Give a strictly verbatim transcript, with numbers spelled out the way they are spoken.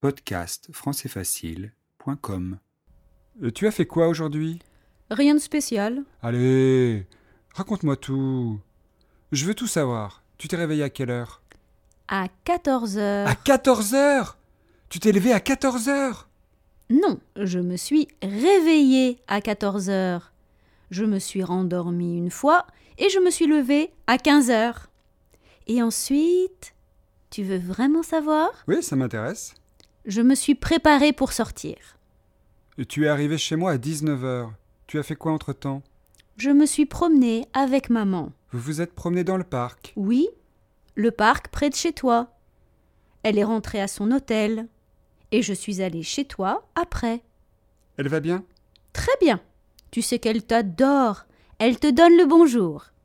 podcast français facile point com. Euh, tu as fait quoi aujourd'hui ? Rien de spécial. Allez, raconte-moi tout. Je veux tout savoir. Tu t'es réveillé à quelle heure ? À quatorze heures. À quatorze heures ? Tu t'es levé à quatorze heures ? Non, je me suis réveillée à quatorze heures. Je me suis rendormie une fois et je me suis levée à quinze heures. Et ensuite, tu veux vraiment savoir ? Oui, ça m'intéresse. Je me suis préparée pour sortir. Et tu es arrivé chez moi à dix-neuf heures. Tu as fait quoi entre-temps ? Je me suis promenée avec maman. Vous vous êtes promené dans le parc ? Oui, le parc près de chez toi. Elle est rentrée à son hôtel. Et je suis allée chez toi après. Elle va bien ? Très bien. Tu sais qu'elle t'adore. Elle te donne le bonjour.